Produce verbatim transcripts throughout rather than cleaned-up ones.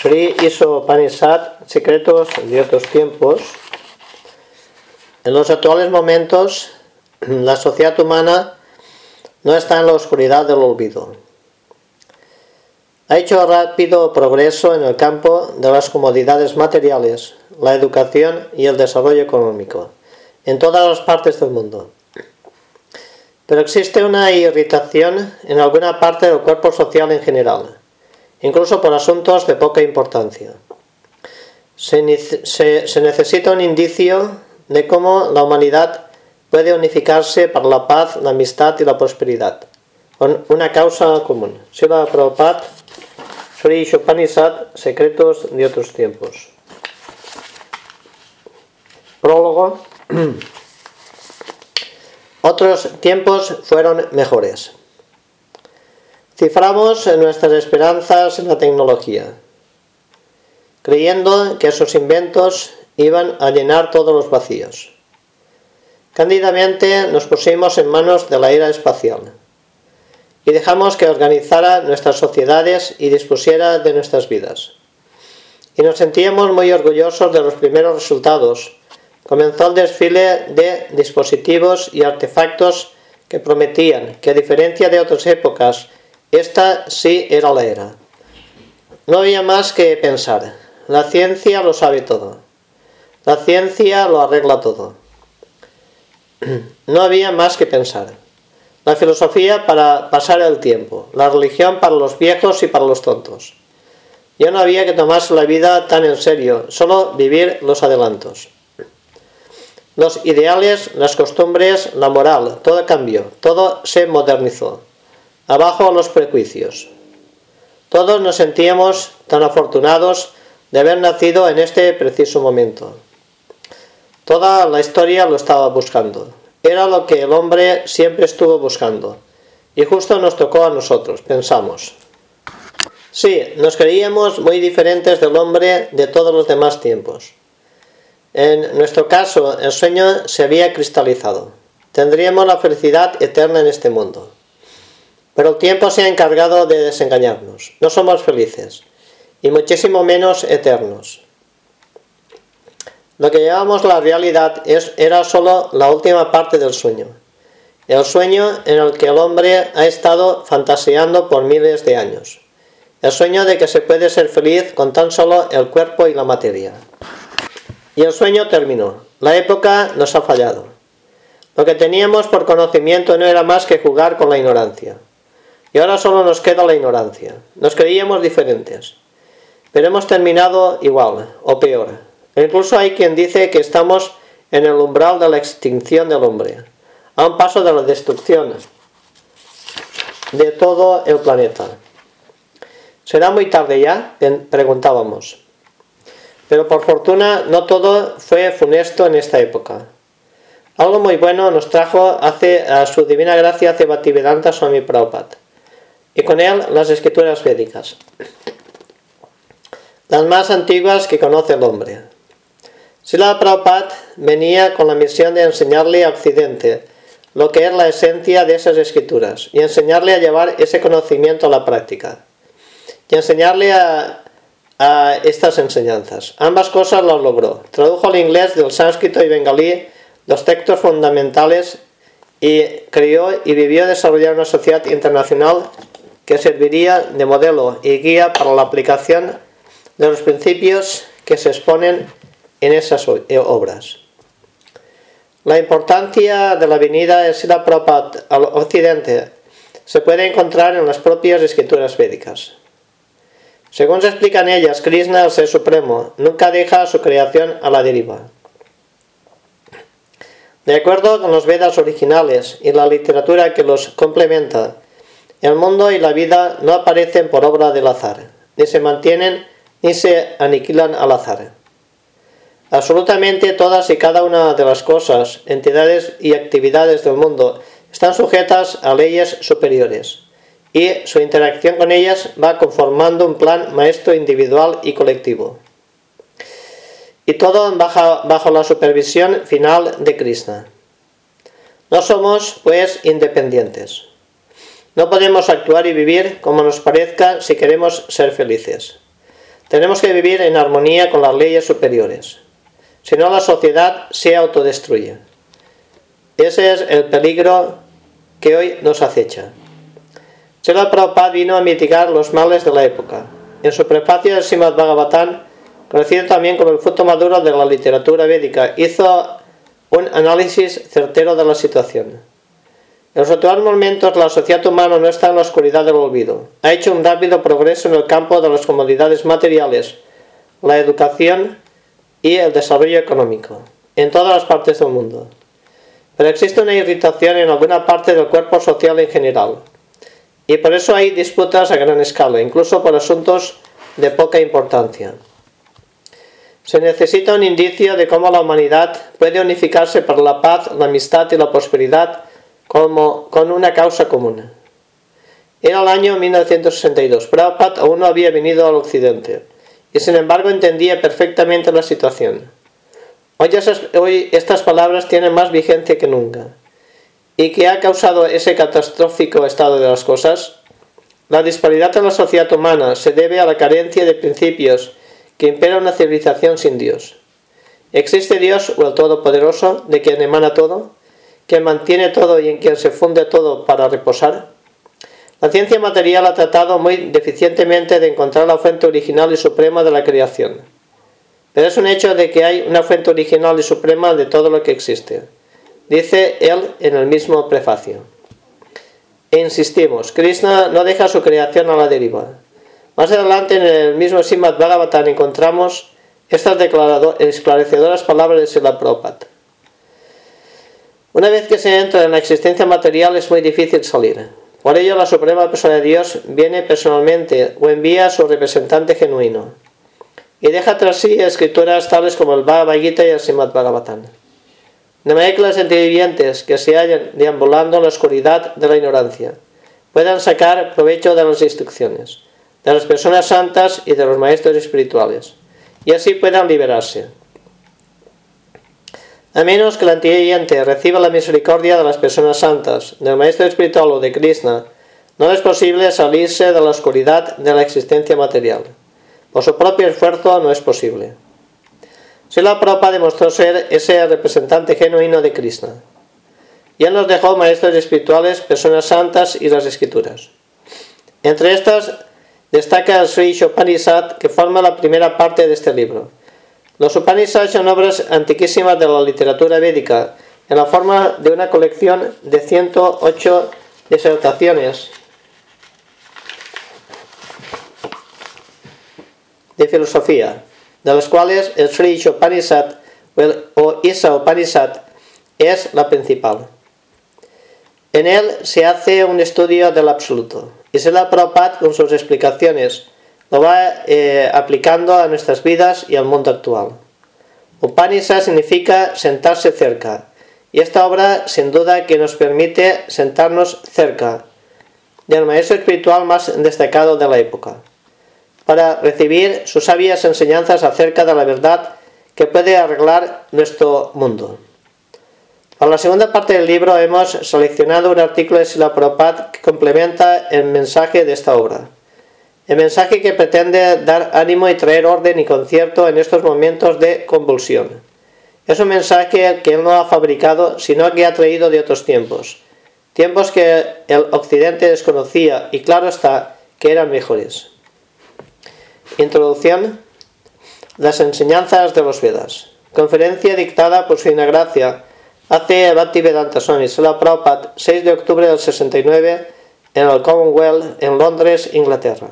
Sri Isopanisad, Secretos de otros tiempos. En los actuales momentos, la sociedad humana no está en la oscuridad del olvido. Ha hecho rápido progreso en el campo de las comodidades materiales, la educación y el desarrollo económico, en todas las partes del mundo. Pero existe una irritación en alguna parte del cuerpo social en general, incluso por asuntos de poca importancia. Se, se, se necesita un indicio de cómo la humanidad puede unificarse para la paz, la amistad y la prosperidad, con una causa común. Srila Prabhupada, Sri Isopanisad, Secretos de otros tiempos. Prólogo. Otros tiempos fueron mejores. Ciframos nuestras esperanzas en la tecnología, creyendo que sus inventos iban a llenar todos los vacíos. Cándidamente nos pusimos en manos de la era espacial y dejamos que organizara nuestras sociedades y dispusiera de nuestras vidas. Y nos sentíamos muy orgullosos de los primeros resultados. Comenzó el desfile de dispositivos y artefactos que prometían que, a diferencia de otras épocas, esta sí era la era. No había más que pensar. La ciencia lo sabe todo. La ciencia lo arregla todo. No había más que pensar. La filosofía para pasar el tiempo. La religión para los viejos y para los tontos. Ya no había que tomarse la vida tan en serio, solo vivir los adelantos. Los ideales, las costumbres, la moral, todo cambió, todo se modernizó. Abajo los prejuicios. Todos nos sentíamos tan afortunados de haber nacido en este preciso momento. Toda la historia lo estaba buscando. Era lo que el hombre siempre estuvo buscando. Y justo nos tocó a nosotros, pensamos. Sí, nos creíamos muy diferentes del hombre de todos los demás tiempos. En nuestro caso, el sueño se había cristalizado. Tendríamos la felicidad eterna en este mundo. Pero el tiempo se ha encargado de desengañarnos. No somos felices, y muchísimo menos eternos. Lo que llamamos la realidad es, era solo la última parte del sueño. El sueño en el que el hombre ha estado fantaseando por miles de años. El sueño de que se puede ser feliz con tan solo el cuerpo y la materia. Y el sueño terminó. La época nos ha fallado. Lo que teníamos por conocimiento no era más que jugar con la ignorancia. Y ahora solo nos queda la ignorancia. Nos creíamos diferentes. Pero hemos terminado igual, o peor. E incluso hay quien dice que estamos en el umbral de la extinción del hombre, a un paso de la destrucción de todo el planeta. ¿Será muy tarde ya?, preguntábamos. Pero por fortuna no todo fue funesto en esta época. Algo muy bueno nos trajo hace, a su divina gracia hace Bhaktivedanta Swami Prabhupada, y con él las escrituras védicas, las más antiguas que conoce el hombre. Srila Prabhupada venía con la misión de enseñarle a Occidente lo que es la esencia de esas escrituras y enseñarle a llevar ese conocimiento a la práctica y enseñarle a, a estas enseñanzas. Ambas cosas las logró. Tradujo al inglés del sánscrito y bengalí los textos fundamentales y creó y vivió desarrollar una sociedad internacional que serviría de modelo y guía para la aplicación de los principios que se exponen en esas obras. La importancia de la venida de Srila Prabhupada al Occidente se puede encontrar en las propias escrituras védicas. Según se explica en ellas, Krishna, el Ser Supremo, nunca deja su creación a la deriva. De acuerdo con los Vedas originales y la literatura que los complementa, el mundo y la vida no aparecen por obra del azar, ni se mantienen ni se aniquilan al azar. Absolutamente todas y cada una de las cosas, entidades y actividades del mundo están sujetas a leyes superiores, y su interacción con ellas va conformando un plan maestro individual y colectivo. Y todo bajo, bajo la supervisión final de Krishna. No somos, pues, independientes. No podemos actuar y vivir como nos parezca si queremos ser felices. Tenemos que vivir en armonía con las leyes superiores. Si no, la sociedad se autodestruye. Ese es el peligro que hoy nos acecha. Srila Prabhupada vino a mitigar los males de la época. En su prefacio del Srimad Bhagavatam, conocido también como el fruto maduro de la literatura védica, hizo un análisis certero de la situación. En los actuales momentos, la sociedad humana no está en la oscuridad del olvido. Ha hecho un rápido progreso en el campo de las comodidades materiales, la educación y el desarrollo económico, en todas las partes del mundo. Pero existe una irritación en alguna parte del cuerpo social en general, y por eso hay disputas a gran escala, incluso por asuntos de poca importancia. Se necesita un indicio de cómo la humanidad puede unificarse para la paz, la amistad y la prosperidad como con una causa común. Era el año mil novecientos sesenta y dos. Prabhupada aún no había venido al occidente y sin embargo entendía perfectamente la situación. Hoy, esas, hoy estas palabras tienen más vigencia que nunca. ¿Y qué ha causado ese catastrófico estado de las cosas? La disparidad en la sociedad humana se debe a la carencia de principios que impera una civilización sin Dios. ¿Existe Dios o el Todopoderoso, de quien emana todo, quien mantiene todo y en quien se funde todo para reposar? La ciencia material ha tratado muy deficientemente de encontrar la fuente original y suprema de la creación. Pero es un hecho de que hay una fuente original y suprema de todo lo que existe, dice él en el mismo prefacio. E insistimos, Krishna no deja su creación a la deriva. Más adelante en el mismo Srimad Bhagavatam encontramos estas esclarecedoras palabras de Srila Prabhupada. Una vez que se entra en la existencia material es muy difícil salir. Por ello la Suprema Persona de Dios viene personalmente o envía a su representante genuino y deja tras sí escrituras tales como el Bhagavad Gita y el Srimad Bhagavatam. De manera que los vivientes que se hallan deambulando en la oscuridad de la ignorancia puedan sacar provecho de las instrucciones de las personas santas y de los maestros espirituales, y así puedan liberarse. A menos que el antiviviente reciba la misericordia de las personas santas, del maestro espiritual o de Krishna, no es posible salirse de la oscuridad de la existencia material. Por su propio esfuerzo no es posible. Srila Prabhupada demostró ser ese representante genuino de Krishna, y él nos dejó maestros espirituales, personas santas y las escrituras. Entre estas destaca el Sri Upanishad, que forma la primera parte de este libro. Los Upanishads son obras antiquísimas de la literatura védica, en la forma de una colección de ciento ocho disertaciones de filosofía, de las cuales el Sri Upanishad o Isa Upanishad es la principal. En él se hace un estudio del absoluto, y Srila Prabhupada con sus explicaciones lo va eh, aplicando a nuestras vidas y al mundo actual. Upanishad significa sentarse cerca, y esta obra sin duda que nos permite sentarnos cerca del maestro espiritual más destacado de la época, para recibir sus sabias enseñanzas acerca de la verdad que puede arreglar nuestro mundo. Para la segunda parte del libro hemos seleccionado un artículo de Srila Prabhupada que complementa el mensaje de esta obra. El mensaje que pretende dar ánimo y traer orden y concierto en estos momentos de convulsión. Es un mensaje que él no ha fabricado, sino que ha traído de otros tiempos. Tiempos que el occidente desconocía y claro está que eran mejores. Introducción. Las enseñanzas de los Vedas. Conferencia dictada por su Divina Gracia A.C. Bhaktivedanta Swami Srila Prabhupada, seis de octubre del sesenta y nueve, en el Commonwealth, en Londres, Inglaterra.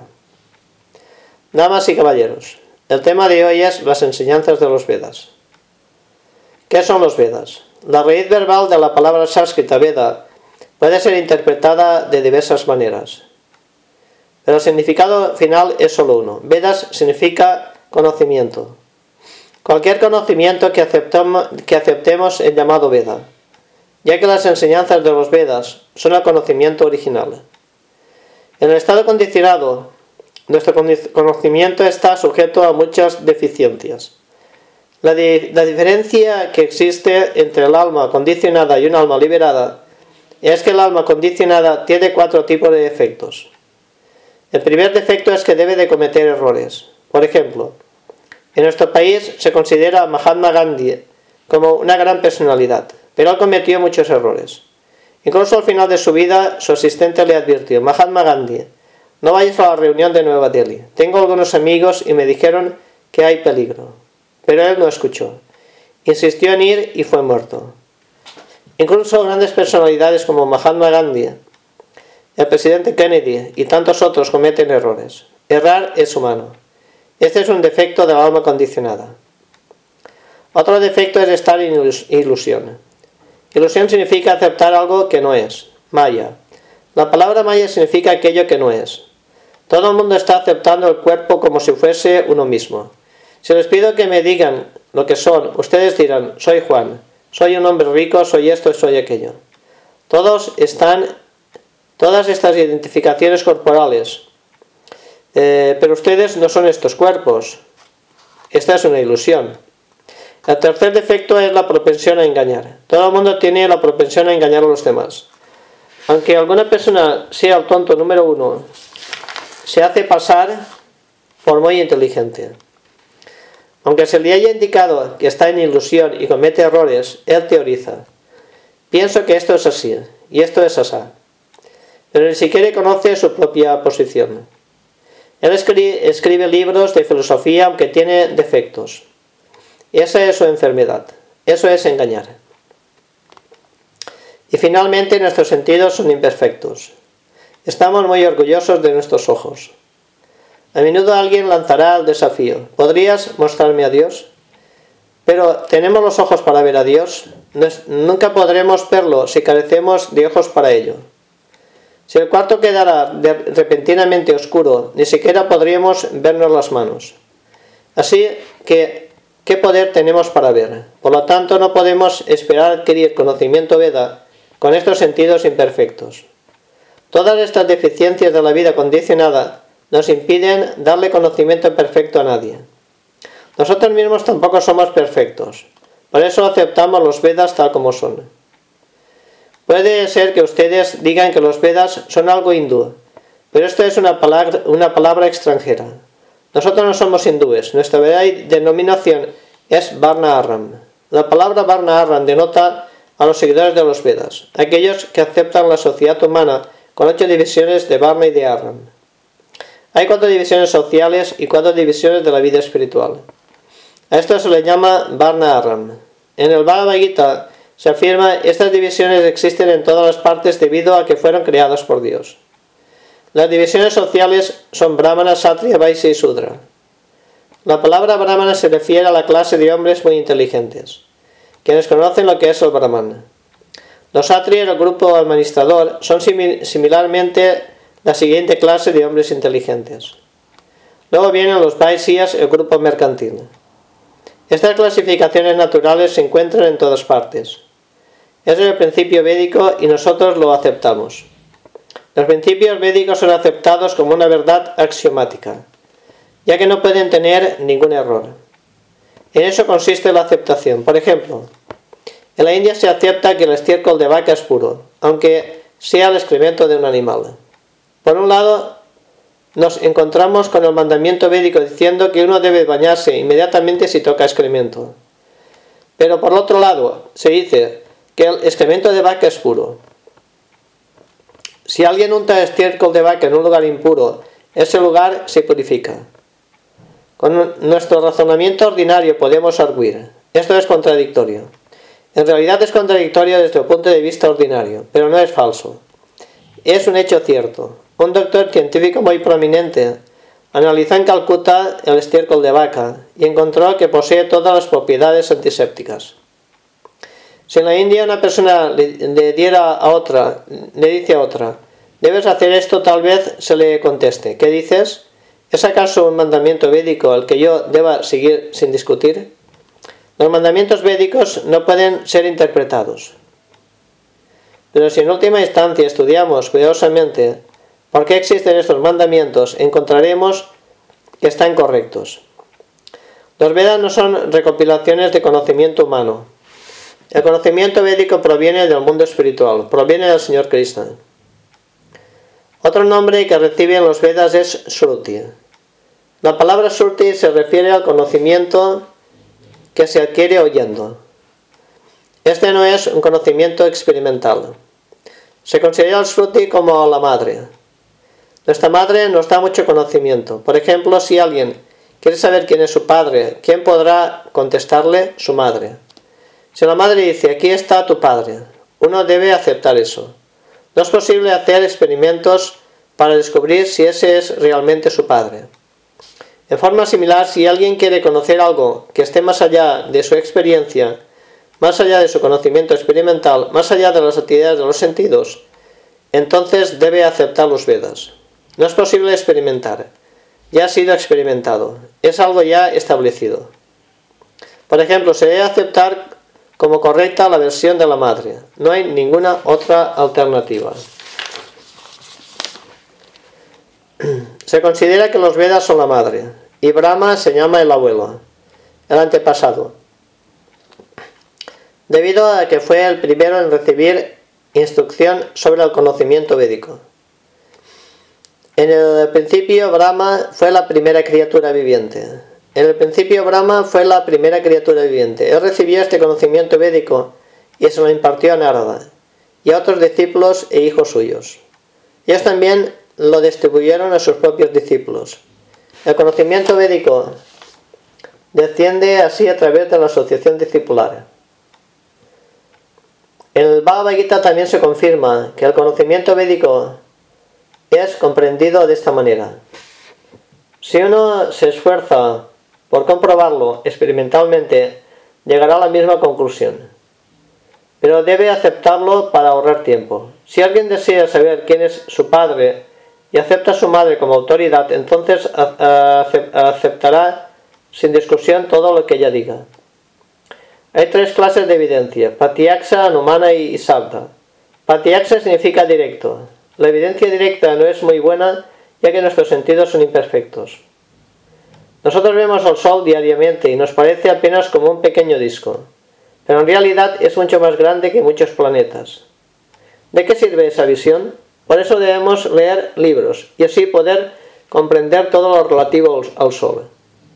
Damas y caballeros, el tema de hoy es las enseñanzas de los Vedas. ¿Qué son los Vedas? La raíz verbal de la palabra sánscrita Veda puede ser interpretada de diversas maneras, pero el significado final es solo uno. Vedas significa conocimiento. Cualquier conocimiento que aceptemos, que aceptemos es llamado Veda, ya que las enseñanzas de los Vedas son el conocimiento original. En el estado condicionado, nuestro conocimiento está sujeto a muchas deficiencias. La, di la diferencia que existe entre el alma condicionada y un alma liberada es que el alma condicionada tiene cuatro tipos de defectos. El primer defecto es que debe de cometer errores. Por ejemplo, en nuestro país se considera a Mahatma Gandhi como una gran personalidad, pero él cometió muchos errores. Incluso al final de su vida, su asistente le advirtió: Mahatma Gandhi, no vayas a la reunión de Nueva Delhi. Tengo algunos amigos y me dijeron que hay peligro. Pero él no escuchó. Insistió en ir y fue muerto. Incluso grandes personalidades como Mahatma Gandhi, el presidente Kennedy y tantos otros cometen errores. Errar es humano. Este es un defecto del alma condicionada. Otro defecto es estar en ilusión. Ilusión significa aceptar algo que no es. Maya. La palabra maya significa aquello que no es. Todo el mundo está aceptando el cuerpo como si fuese uno mismo. Si les pido que me digan lo que son, ustedes dirán: soy Juan, soy un hombre rico, soy esto, soy aquello. Todos están, todas estas identificaciones corporales. Eh, pero ustedes no son estos cuerpos. Esta es una ilusión. El tercer defecto es la propensión a engañar. Todo el mundo tiene la propensión a engañar a los demás. Aunque alguna persona sea el tonto número uno, se hace pasar por muy inteligente. Aunque se le haya indicado que está en ilusión y comete errores, él teoriza: pienso que esto es así, y esto es así. Pero ni siquiera conoce su propia posición. Él escribe, escribe libros de filosofía aunque tiene defectos. Esa es su enfermedad. Eso es engañar. Y finalmente nuestros sentidos son imperfectos. Estamos muy orgullosos de nuestros ojos. A menudo alguien lanzará el desafío: ¿podrías mostrarme a Dios? Pero ¿tenemos los ojos para ver a Dios? Nunca podremos verlo si carecemos de ojos para ello. Si el cuarto quedara repentinamente oscuro, ni siquiera podríamos vernos las manos. Así que, ¿qué poder tenemos para ver? Por lo tanto, no podemos esperar adquirir conocimiento Veda con estos sentidos imperfectos. Todas estas deficiencias de la vida condicionada nos impiden darle conocimiento perfecto a nadie. Nosotros mismos tampoco somos perfectos, por eso aceptamos los Vedas tal como son. Puede ser que ustedes digan que los Vedas son algo hindú, pero esto es una palabra, una palabra extranjera. Nosotros no somos hindúes, nuestra verdadera denominación es Varna Aram. La palabra Varna Aram denota a los seguidores de los Vedas, aquellos que aceptan la sociedad humana con ocho divisiones de Varna y de Aram. Hay cuatro divisiones sociales y cuatro divisiones de la vida espiritual. A esto se le llama Varna Aram. En el Bhagavad Gita se afirma: estas divisiones existen en todas las partes debido a que fueron creadas por Dios. Las divisiones sociales son Brahmana, Kshatriya, Vaishya y Sudra. La palabra Brahmana se refiere a la clase de hombres muy inteligentes, quienes conocen lo que es el Brahman. Los Kshatriyas, el grupo administrador, son simil similarmente la siguiente clase de hombres inteligentes. Luego vienen los Vaishyas, el grupo mercantil. Estas clasificaciones naturales se encuentran en todas partes. Es el principio védico y nosotros lo aceptamos. Los principios védicos son aceptados como una verdad axiomática, ya que no pueden tener ningún error. En eso consiste la aceptación. Por ejemplo, en la India se acepta que el estiércol de vaca es puro, aunque sea el excremento de un animal. Por un lado, nos encontramos con el mandamiento védico diciendo que uno debe bañarse inmediatamente si toca excremento. Pero por otro lado, se dice que el excremento de vaca es puro. Si alguien unta estiércol de vaca en un lugar impuro, ese lugar se purifica. Con nuestro razonamiento ordinario podemos arguir: esto es contradictorio. En realidad es contradictorio desde el punto de vista ordinario, pero no es falso. Es un hecho cierto. Un doctor científico muy prominente analizó en Calcuta el estiércol de vaca y encontró que posee todas las propiedades antisépticas. Si en la India una persona le, le diera a otra, le dice a otra: debes hacer esto, tal vez se le conteste: ¿qué dices? ¿Es acaso un mandamiento védico al que yo deba seguir sin discutir? Los mandamientos védicos no pueden ser interpretados. Pero si en última instancia estudiamos cuidadosamente por qué existen estos mandamientos, encontraremos que están correctos. Los Vedas no son recopilaciones de conocimiento humano. El conocimiento védico proviene del mundo espiritual, proviene del Señor Krishna. Otro nombre que reciben los Vedas es Shruti. La palabra Shruti se refiere al conocimiento que se adquiere oyendo. Este no es un conocimiento experimental. Se considera el Shruti como la madre. Nuestra madre nos da mucho conocimiento. Por ejemplo, si alguien quiere saber quién es su padre, ¿quién podrá contestarle? Su madre. Si la madre dice, aquí está tu padre, uno debe aceptar eso. No es posible hacer experimentos para descubrir si ese es realmente su padre. En forma similar, si alguien quiere conocer algo que esté más allá de su experiencia, más allá de su conocimiento experimental, más allá de las actividades de los sentidos, entonces debe aceptar los Vedas. No es posible experimentar. Ya ha sido experimentado. Es algo ya establecido. Por ejemplo, se debe aceptar como correcta la versión de la madre. No hay ninguna otra alternativa. Se considera que los Vedas son la madre y Brahma se llama el abuelo, el antepasado, debido a que fue el primero en recibir instrucción sobre el conocimiento védico. En el principio Brahma fue la primera criatura viviente. En el principio Brahma fue la primera criatura viviente. Él recibió este conocimiento védico y se lo impartió a Narada y a otros discípulos e hijos suyos. Ellos también lo distribuyeron a sus propios discípulos. El conocimiento védico desciende así a través de la asociación discipular. En el Bhagavad Gita también se confirma que el conocimiento védico es comprendido de esta manera. Si uno se esfuerza por comprobarlo experimentalmente, llegará a la misma conclusión. Pero debe aceptarlo para ahorrar tiempo. Si alguien desea saber quién es su padre y acepta a su madre como autoridad, entonces aceptará sin discusión todo lo que ella diga. Hay tres clases de evidencia: Pratyaksa, Anumana y Sabda. Pratyaksa significa directo. La evidencia directa no es muy buena, ya que nuestros sentidos son imperfectos. Nosotros vemos al Sol diariamente y nos parece apenas como un pequeño disco, pero en realidad es mucho más grande que muchos planetas. ¿De qué sirve esa visión? Por eso debemos leer libros y así poder comprender todo lo relativo al Sol.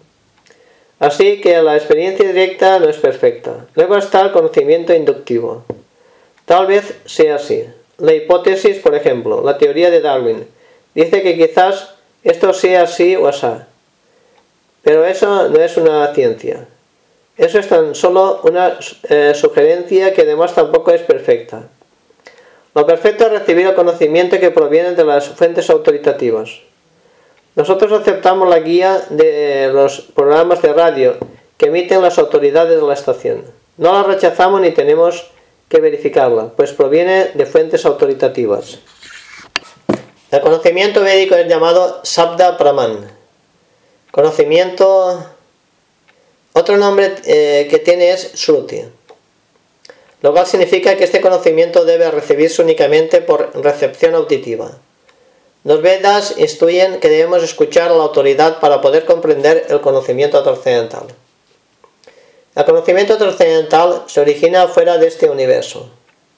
Así que la experiencia directa no es perfecta. Luego está el conocimiento inductivo. Tal vez sea así. La hipótesis, por ejemplo, la teoría de Darwin, dice que quizás esto sea así o asá. Pero eso no es una ciencia. Eso es tan solo una eh, sugerencia que además tampoco es perfecta. Lo perfecto es recibir el conocimiento que proviene de las fuentes autoritativas. Nosotros aceptamos la guía de los programas de radio que emiten las autoridades de la estación. No la rechazamos ni tenemos que verificarla, pues proviene de fuentes autoritativas. El conocimiento védico es llamado Sabda Praman. Conocimiento, otro nombre eh, que tiene es Shruti, lo cual significa que este conocimiento debe recibirse únicamente por recepción auditiva. Los Vedas instruyen que debemos escuchar a la autoridad para poder comprender el conocimiento trascendental. El conocimiento trascendental se origina fuera de este universo.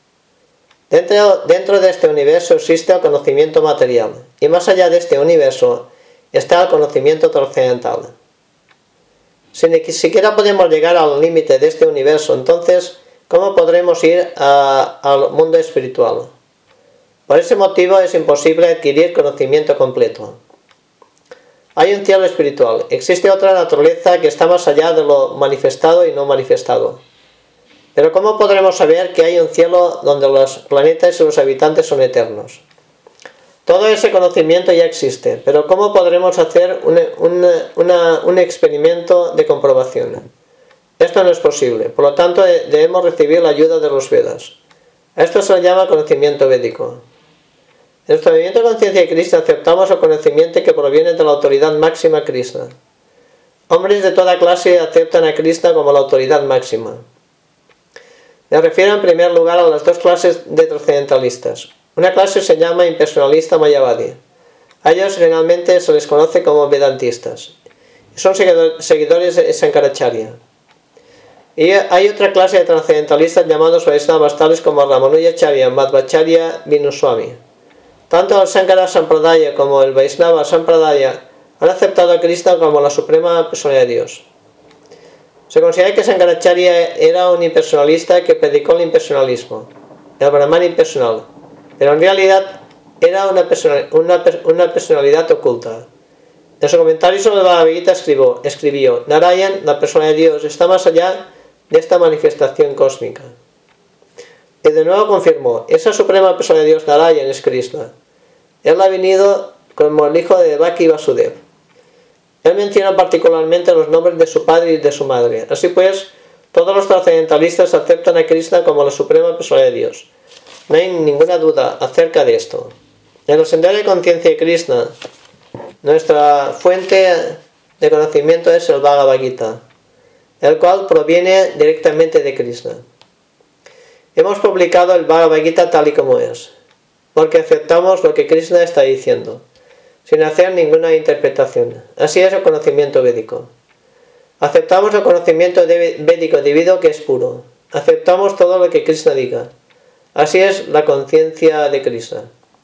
Dentro, dentro de este universo existe el conocimiento material, y más allá de este universo está el conocimiento trascendental. Si ni siquiera podemos llegar al límite de este universo, entonces, ¿cómo podremos ir a, al mundo espiritual? Por ese motivo es imposible adquirir conocimiento completo. Hay un cielo espiritual. Existe otra naturaleza que está más allá de lo manifestado y no manifestado. Pero ¿cómo podremos saber que hay un cielo donde los planetas y los habitantes son eternos? Todo ese conocimiento ya existe, pero ¿cómo podremos hacer un, un, una, un experimento de comprobación? Esto no es posible, por lo tanto debemos recibir la ayuda de los Vedas. A esto se le llama conocimiento védico. En nuestro movimiento de conciencia de Krishna aceptamos el conocimiento que proviene de la autoridad máxima Krishna. Hombres de toda clase aceptan a Krishna como la autoridad máxima. Me refiero en primer lugar a las dos clases de trascendentalistas. Una clase se llama impersonalista Mayavadi. A ellos generalmente se les conoce como vedantistas. Son seguidores de Sankaracharya. Y hay otra clase de trascendentalistas llamados Vaishnavas, tales como Ramanujacharya, Madhvacharya, Vinuswami. Tanto el Sankara Sampradaya como el Vaishnava Sampradaya Han aceptado a Krishna como la suprema personalidad de Dios. Se considera que Shankaracharya era un impersonalista que predicó el impersonalismo, el Brahman impersonal, pero en realidad era una, personal, una, una personalidad oculta. En su comentario sobre el Bhagavad Gita escribió, escribió Narayan, la persona de Dios, está más allá de esta manifestación cósmica. Y de nuevo confirmó, esa suprema persona de Dios, Narayan, es Krishna. Él ha venido como el hijo de Devaki y Vasudev. Él menciona particularmente los nombres de su padre y de su madre. Así pues, todos los trascendentalistas aceptan a Krishna como la suprema persona de Dios. No hay ninguna duda acerca de esto. En el sendero de conciencia de Krishna, nuestra fuente de conocimiento es el Bhagavad Gita, el cual proviene directamente de Krishna. Hemos publicado el Bhagavad Gita tal y como es, porque aceptamos lo que Krishna está diciendo, sin hacer ninguna interpretación. Así es el conocimiento védico. Aceptamos el conocimiento védico debido a que es puro. Aceptamos todo lo que Krishna diga. Así es la conciencia de Krishna.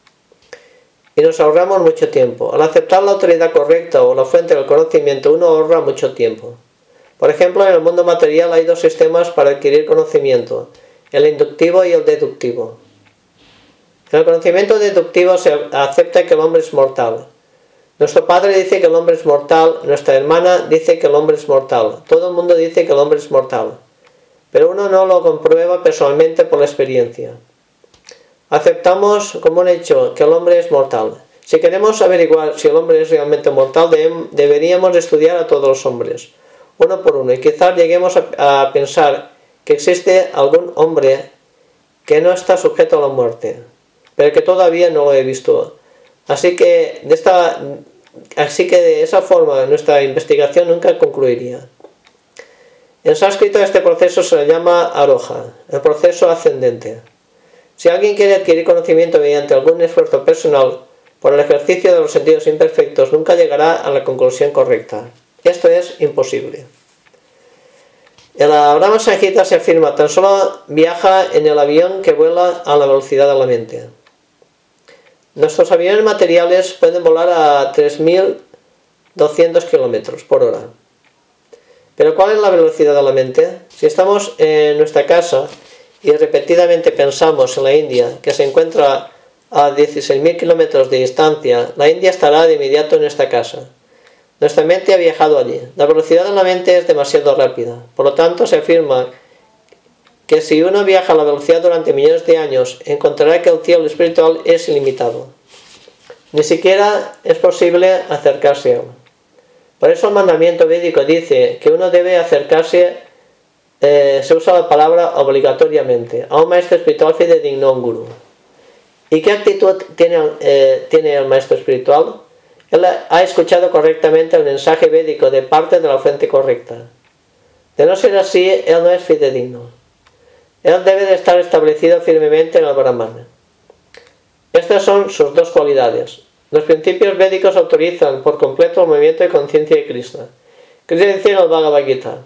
Y nos ahorramos mucho tiempo. Al aceptar la autoridad correcta o la fuente del conocimiento, uno ahorra mucho tiempo. Por ejemplo, en el mundo material hay dos sistemas para adquirir conocimiento, el inductivo y el deductivo. En el conocimiento deductivo se acepta que el hombre es mortal. Nuestro padre dice que el hombre es mortal, nuestra hermana dice que el hombre es mortal, todo el mundo dice que el hombre es mortal, pero uno no lo comprueba personalmente por la experiencia. Aceptamos como un hecho que el hombre es mortal. Si queremos averiguar si el hombre es realmente mortal, deberíamos estudiar a todos los hombres, uno por uno, y quizás lleguemos a, a pensar que existe algún hombre que no está sujeto a la muerte, pero que todavía no lo he visto. Así que de esta, así que de esa forma nuestra investigación nunca concluiría. En sánscrito este proceso se le llama aroha, el proceso ascendente. Si alguien quiere adquirir conocimiento mediante algún esfuerzo personal, por el ejercicio de los sentidos imperfectos, nunca llegará a la conclusión correcta. Esto es imposible. En la Brahma Samhita se afirma, tan solo viaja en el avión que vuela a la velocidad de la mente. Nuestros aviones materiales pueden volar a tres mil doscientos kilómetros por hora. Pero ¿cuál es la velocidad de la mente? Si estamos en nuestra casa y repetidamente pensamos en la India, que se encuentra a dieciséis mil kilómetros de distancia, la India estará de inmediato en nuestra casa. Nuestra mente ha viajado allí. La velocidad de la mente es demasiado rápida. Por lo tanto, se afirma que si uno viaja a la velocidad durante millones de años, encontrará que el cielo espiritual es ilimitado. Ni siquiera es posible acercarse a él. Por eso el mandamiento védico dice que uno debe acercarse, eh, se usa la palabra obligatoriamente, a un maestro espiritual fidedigno, un gurú. ¿Y qué actitud tiene, eh, tiene el maestro espiritual? Él ha escuchado correctamente el mensaje védico de parte de la fuente correcta. De no ser así, él no es fidedigno. Él debe de estar establecido firmemente en el Brahman. Estas son sus dos cualidades. Los principios védicos autorizan por completo el movimiento de conciencia de Krishna. Krishna dice en el Bhagavad Gita: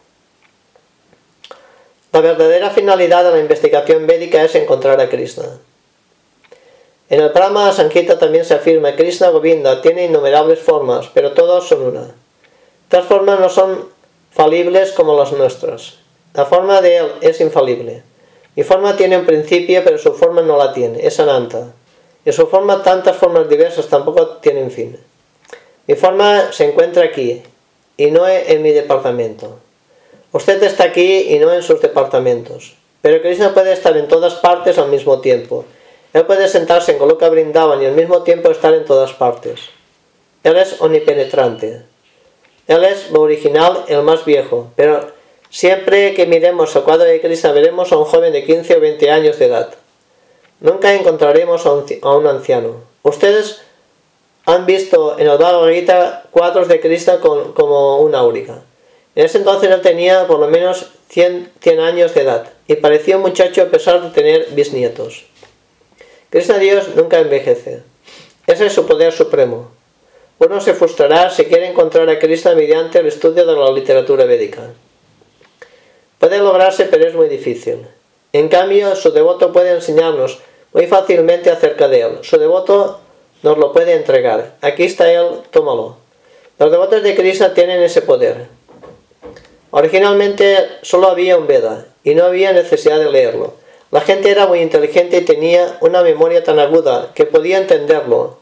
la verdadera finalidad de la investigación védica es encontrar a Krishna. En el Brahma Samhita también se afirma: Krishna Govinda tiene innumerables formas, pero todas son una. Estas formas no son falibles como las nuestras. La forma de él es infalible. Mi forma tiene un principio, pero su forma no la tiene, es ananta. Y su forma, tantas formas diversas, tampoco tienen fin. Mi forma se encuentra aquí, y no en mi departamento. Usted está aquí y no en sus departamentos. Pero Krishna puede estar en todas partes al mismo tiempo. Él puede sentarse en Goloka Vrindavan y al mismo tiempo estar en todas partes. Él es omnipenetrante. Él es lo original, el más viejo, pero siempre que miremos el cuadro de Krishna veremos a un joven de quince o veinte años de edad. Nunca encontraremos a un, a un anciano. Ustedes han visto en el Bhagavad Gita cuadros de Krishna con, como un áuriga. En ese entonces él tenía por lo menos cien, cien años de edad y parecía un muchacho a pesar de tener bisnietos. Krishna Dios nunca envejece. Ese es su poder supremo. Uno se frustrará si quiere encontrar a Krishna mediante el estudio de la literatura védica. Puede lograrse, pero es muy difícil. En cambio, su devoto puede enseñarnos muy fácilmente acerca de él. Su devoto nos lo puede entregar. Aquí está él, tómalo. Los devotos de Krishna tienen ese poder. Originalmente solo había un Veda y no había necesidad de leerlo. La gente era muy inteligente y tenía una memoria tan aguda que podía entenderlo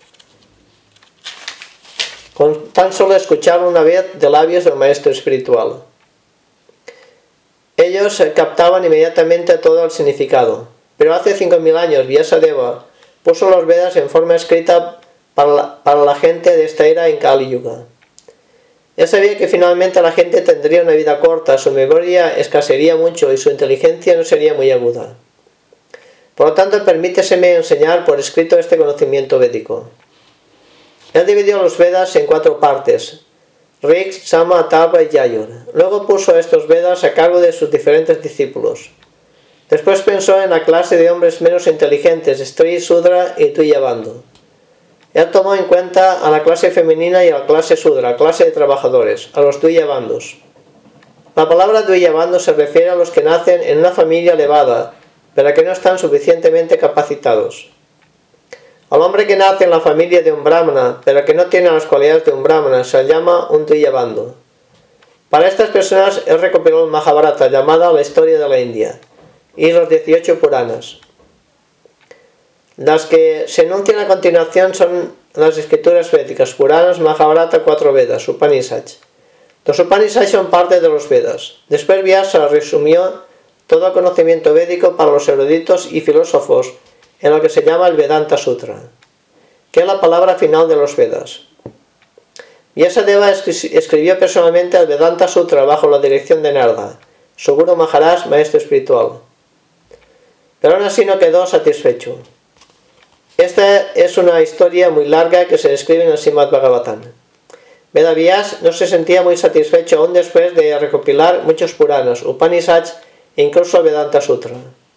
con tan solo escucharlo una vez de labios del maestro espiritual. Ellos captaban inmediatamente todo el significado. Pero hace cinco mil años Vyasadeva puso los Vedas en forma escrita para la, para la gente de esta era en Kali Yuga. Él sabía que finalmente la gente tendría una vida corta, su memoria escasearía mucho y su inteligencia no sería muy aguda. Por lo tanto, permíteseme enseñar por escrito este conocimiento védico. Él dividió los Vedas en cuatro partes: Rig, Sama, Atharva y Yajur. Luego puso estos Vedas a cargo de sus diferentes discípulos. Después pensó en la clase de hombres menos inteligentes, Stri, Sudra y Tuyabando. Él tomó en cuenta a la clase femenina y a la clase Sudra, clase de trabajadores, a los Tuyabandos. La palabra Tuyabando se refiere a los que nacen en una familia elevada, pero que no están suficientemente capacitados. Al hombre que nace en la familia de un brahmana, pero que no tiene las cualidades de un brahmana, se le llama un Tuyabando. Para estas personas él recopiló el Mahabharata, llamada la historia de la India, y los dieciocho Puranas. Las que se enuncian a continuación son las escrituras védicas, Puranas, Mahabharata, cuatro Vedas, Upanishads. Los Upanishads son parte de los Vedas. Después Vyasa resumió todo el conocimiento védico para los eruditos y filósofos en lo que se llama el Vedanta Sutra, que es la palabra final de los Vedas. Vyasadeva escribió personalmente el Vedanta Sutra bajo la dirección de Narada, su Guru Maharaj, maestro espiritual. Pero aún así no quedó satisfecho. Esta es una historia muy larga que se describe en el Srimad Bhagavatam. Vedavyas no se sentía muy satisfecho aún después de recopilar muchos Puranas, Upanishads e incluso el Vedanta Sutra.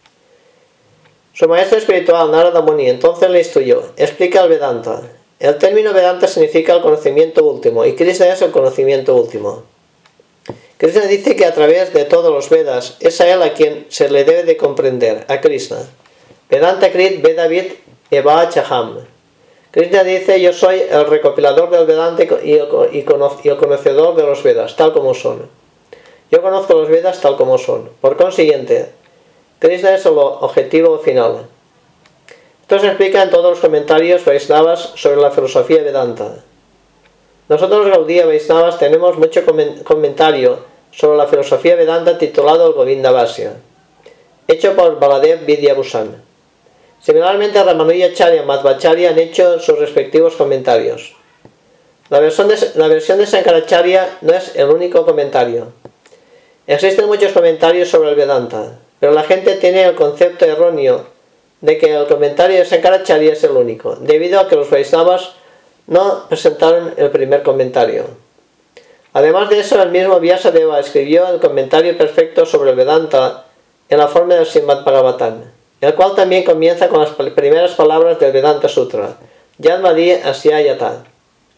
Su maestro espiritual, Narada Muni, entonces le instruyó: explica el Vedanta. El término Vedanta significa el conocimiento último, y Krishna es el conocimiento último. Krishna dice que a través de todos los Vedas es a él a quien se le debe de comprender, a Krishna. Vedanta Krit Vedavid Eva Chaham. Krishna dice: yo soy el recopilador del Vedanta y el, y, y el conocedor de los Vedas, tal como son. Yo conozco los Vedas tal como son. Por consiguiente, Krishna es el objetivo final. Esto se explica en todos los comentarios Vaisnavas sobre la filosofía Vedanta. Nosotros los Gaudiya Vaisnavas tenemos mucho comentario sobre la filosofía Vedanta titulado el Govinda Vasya, hecho por Baladev Vidyabhusan. Similarmente, Ramanujacharya y Madhvacharya han hecho sus respectivos comentarios. La versión, de, la versión de Sankaracharya no es el único comentario. Existen muchos comentarios sobre el Vedanta, pero la gente tiene el concepto erróneo de que el comentario de Sankaracharya es el único, debido a que los Vaisnavas no presentaron el primer comentario. Además de eso, el mismo Vyasadeva escribió el comentario perfecto sobre el Vedanta en la forma del Srimad Bhagavatam, el cual también comienza con las primeras palabras del Vedanta Sutra, Yadmadi Asya Yata.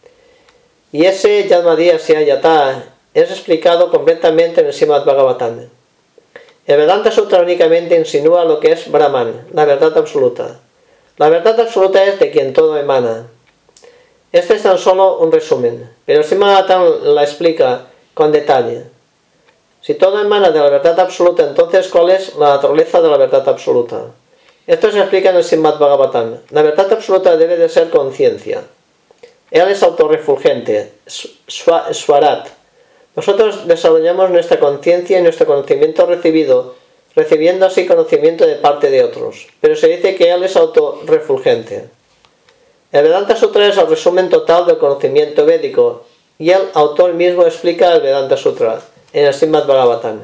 Y ese Yadmadi Asya Yata es explicado completamente en el Srimad Bhagavatam. El Vedanta Sutra únicamente insinúa lo que es Brahman, la verdad absoluta. La verdad absoluta es de quien todo emana. Este es tan solo un resumen, pero el Srimad Bhagavatam la explica con detalle. Si todo emana de la verdad absoluta, entonces ¿cuál es la naturaleza de la verdad absoluta? Esto se explica en el Srimad Bhagavatam. La verdad absoluta debe de ser conciencia. Él es autorrefulgente, Swarat. Nosotros desarrollamos nuestra conciencia y nuestro conocimiento recibido, recibiendo así conocimiento de parte de otros. Pero se dice que él es autorrefulgente. El Vedanta Sutra es el resumen total del conocimiento védico, y el autor mismo explica el Vedanta Sutra en el Srimad Bhagavatam.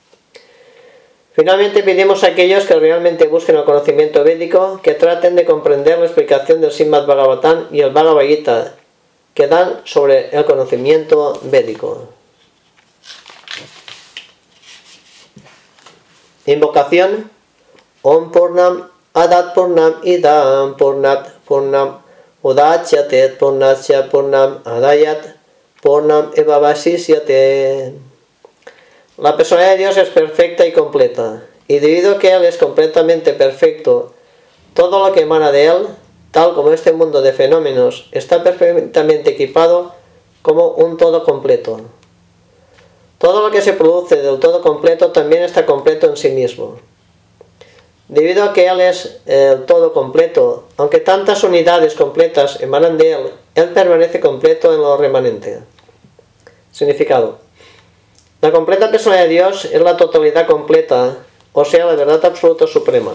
Finalmente pedimos a aquellos que realmente busquen el conocimiento védico que traten de comprender la explicación del Srimad Bhagavatam y el Bhagavad Gita que dan sobre el conocimiento védico. Invocación. Om Purnam Adat Purnam Idam Purnat Purnam Udachyate Purnasya Purnam Adayat Purnam Evavasisyate. La personalidad de Dios es perfecta y completa, y debido a que Él es completamente perfecto, todo lo que emana de Él, tal como este mundo de fenómenos está perfectamente equipado como un todo completo. Todo lo que se produce del todo completo también está completo en sí mismo. Debido a que Él es el todo completo, aunque tantas unidades completas emanan de Él, Él permanece completo en lo remanente. Significado. La completa persona de Dios es la totalidad completa, o sea, la verdad absoluta suprema.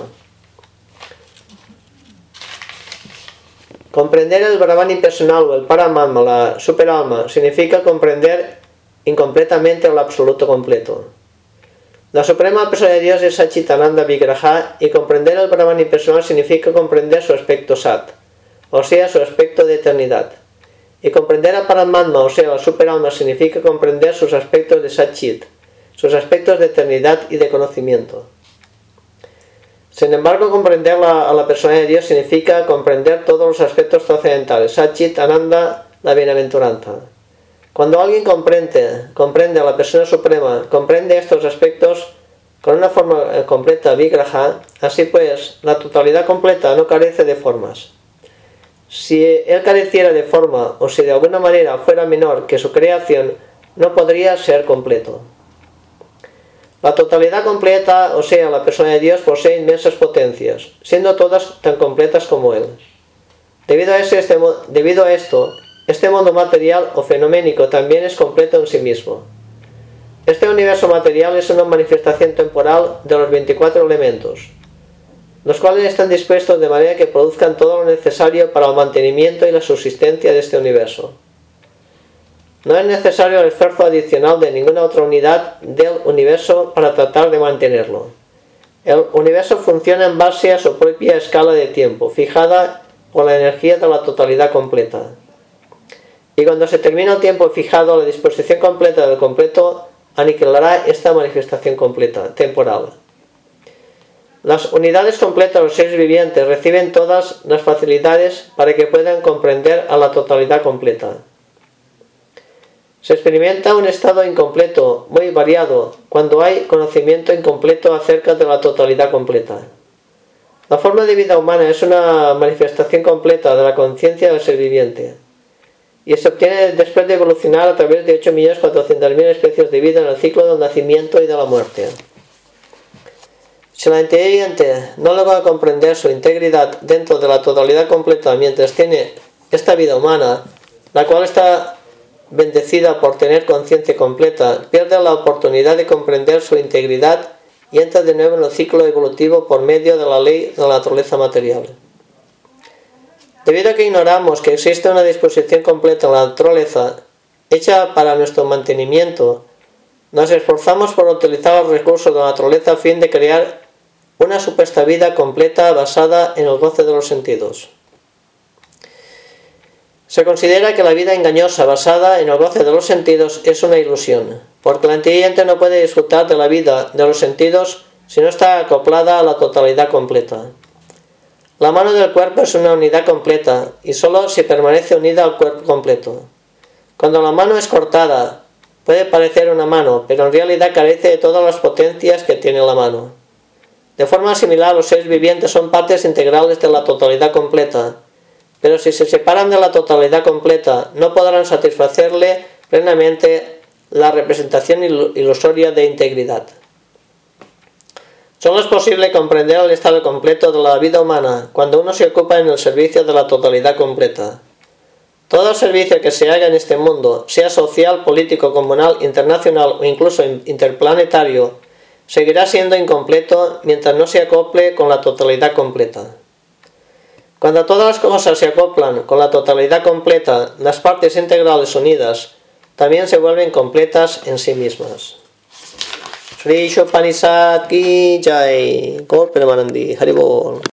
Comprender el Brahman impersonal o el Paramatma, la superalma, significa comprender incompletamente el absoluto completo. La suprema persona de Dios es Satchitananda Vigraha y comprender el Brahman impersonal significa comprender su aspecto Sat, o sea, su aspecto de eternidad. Y comprender a Paramatma, o sea, la superalma, significa comprender sus aspectos de Satchit, sus aspectos de eternidad y de conocimiento. Sin embargo, comprender la, a la persona de Dios significa comprender todos los aspectos trascendentales, Satchit, Ananda, la bienaventuranza. Cuando alguien comprende, comprende a la persona suprema, comprende estos aspectos con una forma completa, Vigraha, así pues, la totalidad completa no carece de formas. Si él careciera de forma, o si de alguna manera fuera menor que su creación, no podría ser completo. La totalidad completa, o sea, la persona de Dios, posee inmensas potencias, siendo todas tan completas como Él. Debido a, ese, este, debido a esto, este mundo material o fenoménico también es completo en sí mismo. Este universo material es una manifestación temporal de los veinticuatro elementos, los cuales están dispuestos de manera que produzcan todo lo necesario para el mantenimiento y la subsistencia de este universo. No es necesario el esfuerzo adicional de ninguna otra unidad del universo para tratar de mantenerlo. El universo funciona en base a su propia escala de tiempo, fijada por la energía de la totalidad completa. Y cuando se termina el tiempo fijado, la disposición completa del completo aniquilará esta manifestación completa, temporal. Las unidades completas de los seres vivientes reciben todas las facilidades para que puedan comprender a la totalidad completa. Se experimenta un estado incompleto, muy variado, cuando hay conocimiento incompleto acerca de la totalidad completa. La forma de vida humana es una manifestación completa de la conciencia del ser viviente, y se obtiene después de evolucionar a través de ocho millones cuatrocientas mil especies de vida en el ciclo del nacimiento y de la muerte. Si la entidad viviente no logra comprender su integridad dentro de la totalidad completa mientras tiene esta vida humana, la cual está bendecida por tener conciencia completa, pierde la oportunidad de comprender su integridad y entra de nuevo en el ciclo evolutivo por medio de la ley de la naturaleza material. Debido a que ignoramos que existe una disposición completa en la naturaleza, hecha para nuestro mantenimiento, nos esforzamos por utilizar los recursos de la naturaleza a fin de crear una supuesta vida completa basada en el goce de los sentidos. Se considera que la vida engañosa basada en el goce de los sentidos es una ilusión, porque la entidad no puede disfrutar de la vida de los sentidos si no está acoplada a la totalidad completa. La mano del cuerpo es una unidad completa y solo si permanece unida al cuerpo completo. Cuando la mano es cortada, puede parecer una mano, pero en realidad carece de todas las potencias que tiene la mano. De forma similar, los seres vivientes son partes integrales de la totalidad completa, pero si se separan de la totalidad completa, no podrán satisfacerle plenamente la representación ilusoria de integridad. Solo es posible comprender el estado completo de la vida humana cuando uno se ocupa en el servicio de la totalidad completa. Todo el servicio que se haga en este mundo, sea social, político, comunal, internacional o incluso interplanetario, seguirá siendo incompleto mientras no se acople con la totalidad completa. Cuando todas las cosas se acoplan con la totalidad completa, las partes integrales unidas también se vuelven completas en sí mismas. Sri Upanishad ki jai, Gaur Premanandi, Hari Bol.